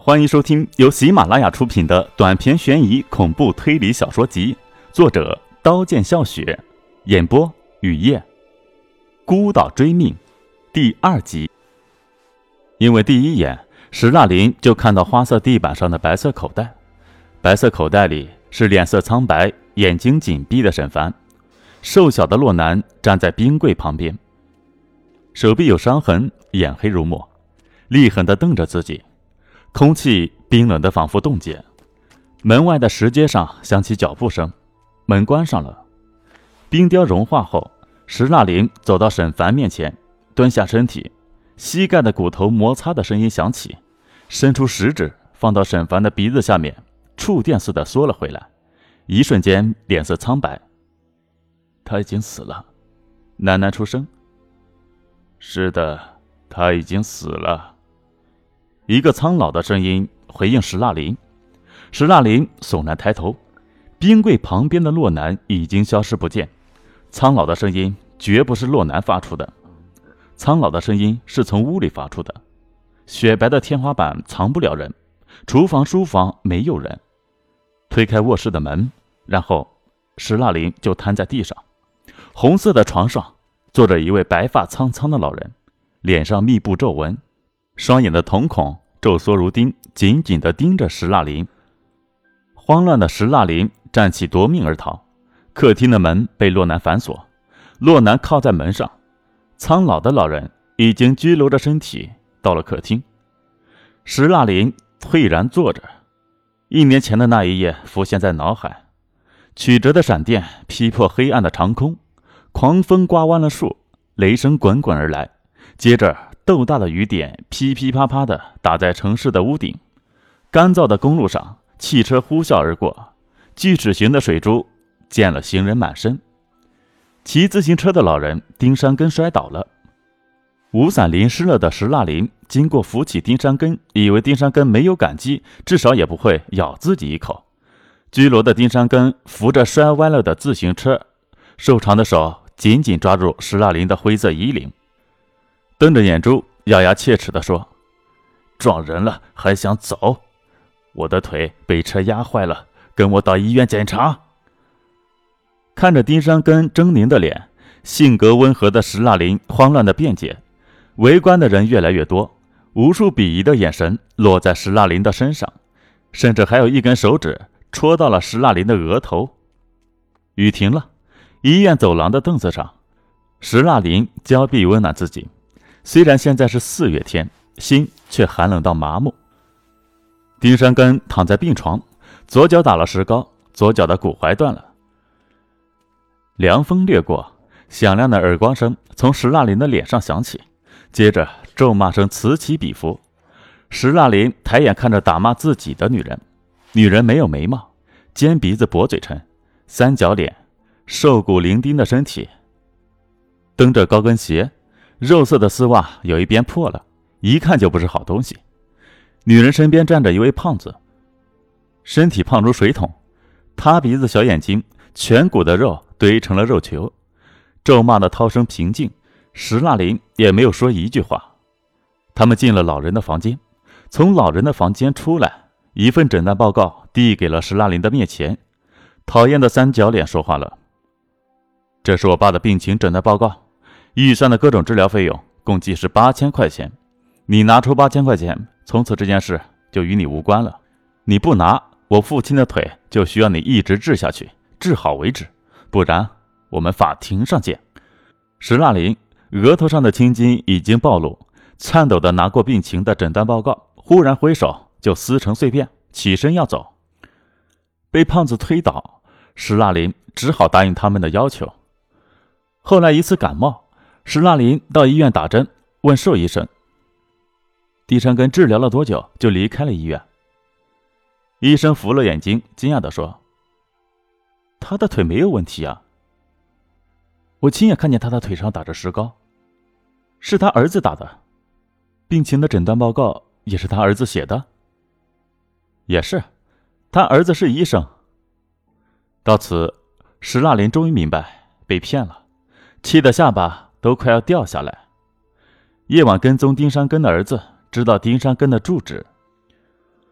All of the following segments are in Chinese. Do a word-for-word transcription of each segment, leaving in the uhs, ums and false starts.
欢迎收听由喜马拉雅出品的短篇悬疑恐怖推理小说集，作者刀剑笑雪，演播雨夜。孤岛追命第二集。因为第一眼石蜡林就看到花色地板上的白色口袋，白色口袋里是脸色苍白眼睛紧闭的沈凡，瘦小的洛南站在冰柜旁边，手臂有伤痕，眼黑如墨，厉狠地瞪着自己。空气冰冷的仿佛冻结，门外的石阶上响起脚步声，门关上了。冰雕融化后，石蜡林走到沈凡面前，蹲下身体，膝盖的骨头摩擦的声音响起，伸出食指放到沈凡的鼻子下面，触电似的缩了回来，一瞬间脸色苍白。他已经死了，喃喃出声。是的，他已经死了。一个苍老的声音回应石蜡林。石蜡林悚然抬头，冰柜旁边的洛南已经消失不见。苍老的声音绝不是洛南发出的，苍老的声音是从屋里发出的。雪白的天花板藏不了人，厨房书房没有人。推开卧室的门，然后石蜡林就瘫在地上。红色的床上坐着一位白发苍苍的老人，脸上密布皱纹，双眼的瞳孔皱缩如钉，紧紧地盯着石蜡林。慌乱的石蜡林站起夺命而逃，客厅的门被洛南反锁，洛南靠在门上，苍老的老人已经佝偻着身体到了客厅。石蜡林退然坐着，一年前的那一夜浮现在脑海，曲折的闪电劈破黑暗的长空，狂风刮弯了树，雷声滚滚而来，接着豆大的雨点噼噼啪啪地打在城市的屋顶，干燥的公路上汽车呼啸而过，锯齿形的水珠溅了行人满身。骑自行车的老人丁山根摔倒了，雨伞淋湿了的石蜡林经过扶起丁山根，以为丁山根没有感激，至少也不会咬自己一口。佝偻的丁山根扶着摔歪了的自行车，瘦长的手紧紧抓住石蜡林的灰色衣领，瞪着眼珠咬牙切齿地说：撞人了还想走？我的腿被车压坏了，跟我到医院检查。看着丁山根狰狞的脸，性格温和的石蜡林慌乱的辩解。围观的人越来越多，无数鄙夷的眼神落在石蜡林的身上，甚至还有一根手指戳到了石蜡林的额头。雨停了，医院走廊的凳子上，石蜡林娇臂温暖自己，虽然现在是四月天，心却寒冷到麻木。丁山根躺在病床，左脚打了石膏，左脚的骨踝断了。凉风掠过，响亮的耳光声从石蜡林的脸上响起，接着咒骂声此起彼伏。石蜡林抬眼看着打骂自己的女人，女人没有眉毛，尖鼻子薄嘴唇，三角脸，瘦骨伶仃的身体，蹬着高跟鞋，肉色的丝袜有一边破了，一看就不是好东西。女人身边站着一位胖子，身体胖如水桶，塌鼻子小眼睛，颧骨的肉堆成了肉球。咒骂的涛声平静，石蜡林也没有说一句话。他们进了老人的房间，从老人的房间出来，一份诊断报告递给了石蜡林的面前。讨厌的三角脸说话了：这是我爸的病情诊断报告，预算的各种治疗费用共计是八千块钱，你拿出八千块钱，从此这件事就与你无关了。你不拿，我父亲的腿就需要你一直治下去，治好为止，不然我们法庭上见。石蜡林额头上的青筋已经暴露，颤抖地拿过病情的诊断报告，忽然挥手就撕成碎片，起身要走。被胖子推倒，石蜡林只好答应他们的要求。后来一次感冒，石蜡林到医院打针，问兽医生丁山根治疗了多久就离开了医院。医生扶了眼睛，惊讶地说：他的腿没有问题啊，我亲眼看见他的腿上打着石膏，是他儿子打的，病情的诊断报告也是他儿子写的。也是，他儿子是医生。到此，石蜡林终于明白被骗了，气得下巴都快要掉下来。夜晚跟踪丁山根的儿子知道丁山根的住址，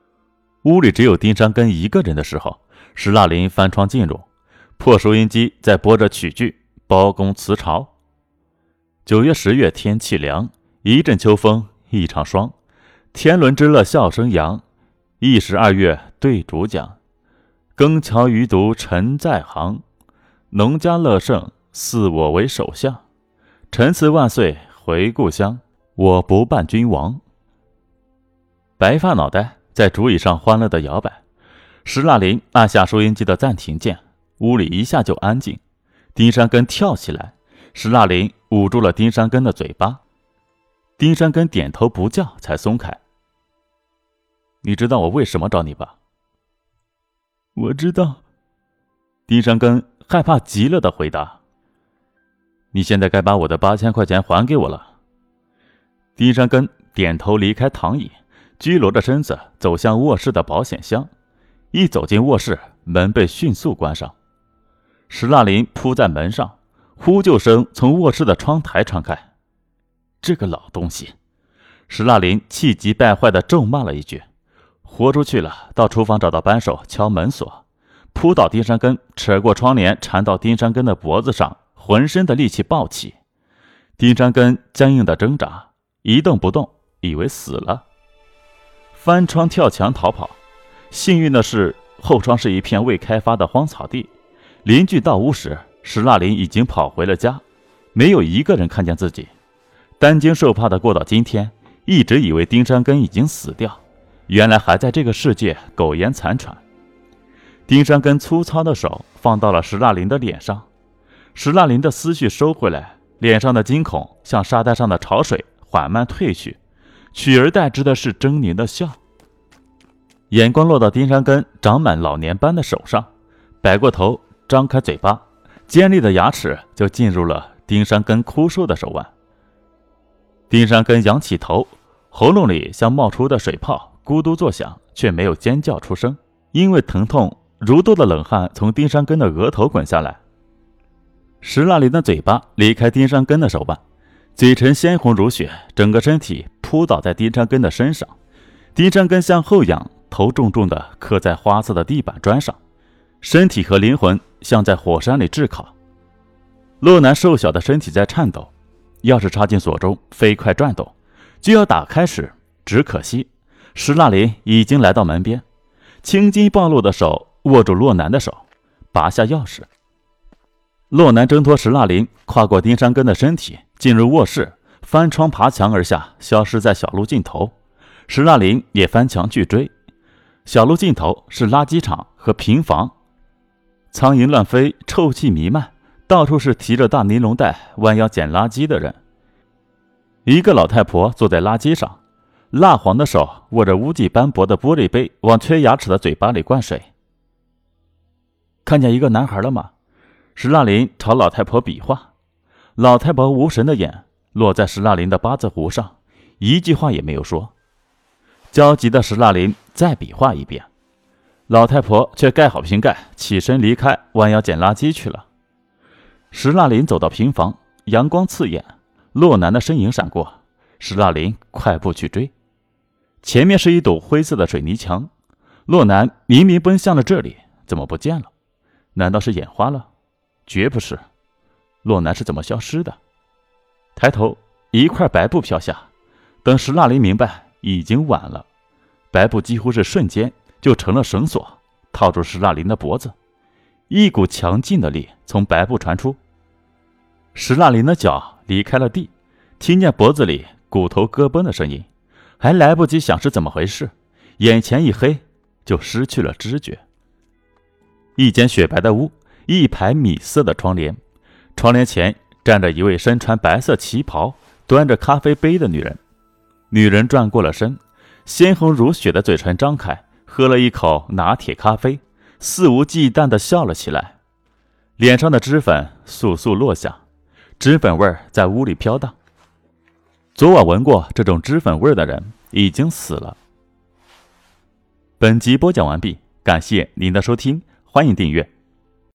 屋里只有丁山根一个人的时候，石蜡林翻窗进入，破收音机在播着曲剧，包公辞朝。九月十月天气凉，一阵秋风一场霜，天伦之乐笑声扬，一十二月对主讲，更桥余毒臣在行，农家乐盛似我为首相，陈词万岁回故乡，我不伴君王。白发脑袋在竹椅上欢乐地摇摆，石蜡林按下收音机的暂停键，屋里一下就安静。丁山根跳起来，石蜡林捂住了丁山根的嘴巴，丁山根点头不叫才松开。你知道我为什么找你吧？我知道。丁山根害怕极了的回答。你现在该把我的八千块钱还给我了。丁山根点头离开躺椅，佝偻着身子走向卧室的保险箱。一走进卧室，门被迅速关上。石蜡林扑在门上，呼救声从卧室的窗台传开。这个老东西！石蜡林气急败坏地咒骂了一句，豁出去了，到厨房找到扳手敲门锁，扑倒丁山根，扯过窗帘缠到丁山根的脖子上，浑身的力气暴起。丁山根僵硬地挣扎，一动不动，以为死了。翻窗跳墙逃跑，幸运的是后窗是一片未开发的荒草地，邻居到屋时，石蜡林已经跑回了家，没有一个人看见自己。担惊受怕的过到今天，一直以为丁山根已经死掉，原来还在这个世界苟延残喘。丁山根粗糙的手放到了石蜡林的脸上，石蜡林的思绪收回来，脸上的惊恐像沙滩上的潮水缓慢退去，取而代之的是狰狞的笑。眼光落到丁山根长满老年斑的手上，摆过头，张开嘴巴，尖利的牙齿就进入了丁山根枯瘦的手腕。丁山根仰起头，喉咙里像冒出的水泡咕嘟作响，却没有尖叫出声，因为疼痛，如豆的冷汗从丁山根的额头滚下来。石蜡林的嘴巴离开丁山根的手腕，嘴唇鲜红如血，整个身体扑倒在丁山根的身上。丁山根向后仰，头重重地磕在花色的地板砖上，身体和灵魂像在火山里炙烤。洛南瘦小的身体在颤抖，钥匙插进锁中，飞快转动，就要打开时，只可惜石蜡林已经来到门边，青筋暴露的手握住洛南的手，拔下钥匙。洛南挣脱石蜡林，跨过丁山根的身体，进入卧室，翻窗爬墙而下，消失在小路尽头。石蜡林也翻墙去追。小路尽头是垃圾场和平房，苍蝇乱飞，臭气弥漫，到处是提着大尼龙袋弯腰捡垃圾的人。一个老太婆坐在垃圾上，蜡黄的手握着污迹斑驳的玻璃杯，往缺牙齿的嘴巴里灌水。看见一个男孩了吗？石蜡林朝老太婆比划。老太婆无神的眼落在石蜡林的八字胡上，一句话也没有说。焦急的石蜡林再比划一遍，老太婆却盖好瓶盖，起身离开，弯腰捡垃圾去了。石蜡林走到平房，阳光刺眼，洛南的身影闪过，石蜡林快步去追。前面是一堵灰色的水泥墙，洛南明明奔向了这里，怎么不见了？难道是眼花了？绝不是。洛南是怎么消失的？抬头，一块白布飘下，等石蜡林明白，已经晚了。白布几乎是瞬间就成了绳索，套住石蜡林的脖子。一股强劲的力从白布传出，石蜡林的脚离开了地，听见脖子里骨头咯嘣的声音，还来不及想是怎么回事，眼前一黑，就失去了知觉。一间雪白的屋，一排米色的窗帘，窗帘前站着一位身穿白色旗袍，端着咖啡杯的女人。女人转过了身，鲜红如血的嘴唇张开，喝了一口拿铁咖啡，肆无忌惮地笑了起来，脸上的脂粉簌簌落下，脂粉味儿在屋里飘荡。昨晚闻过这种脂粉味儿的人已经死了。本集播讲完毕，感谢您的收听，欢迎订阅。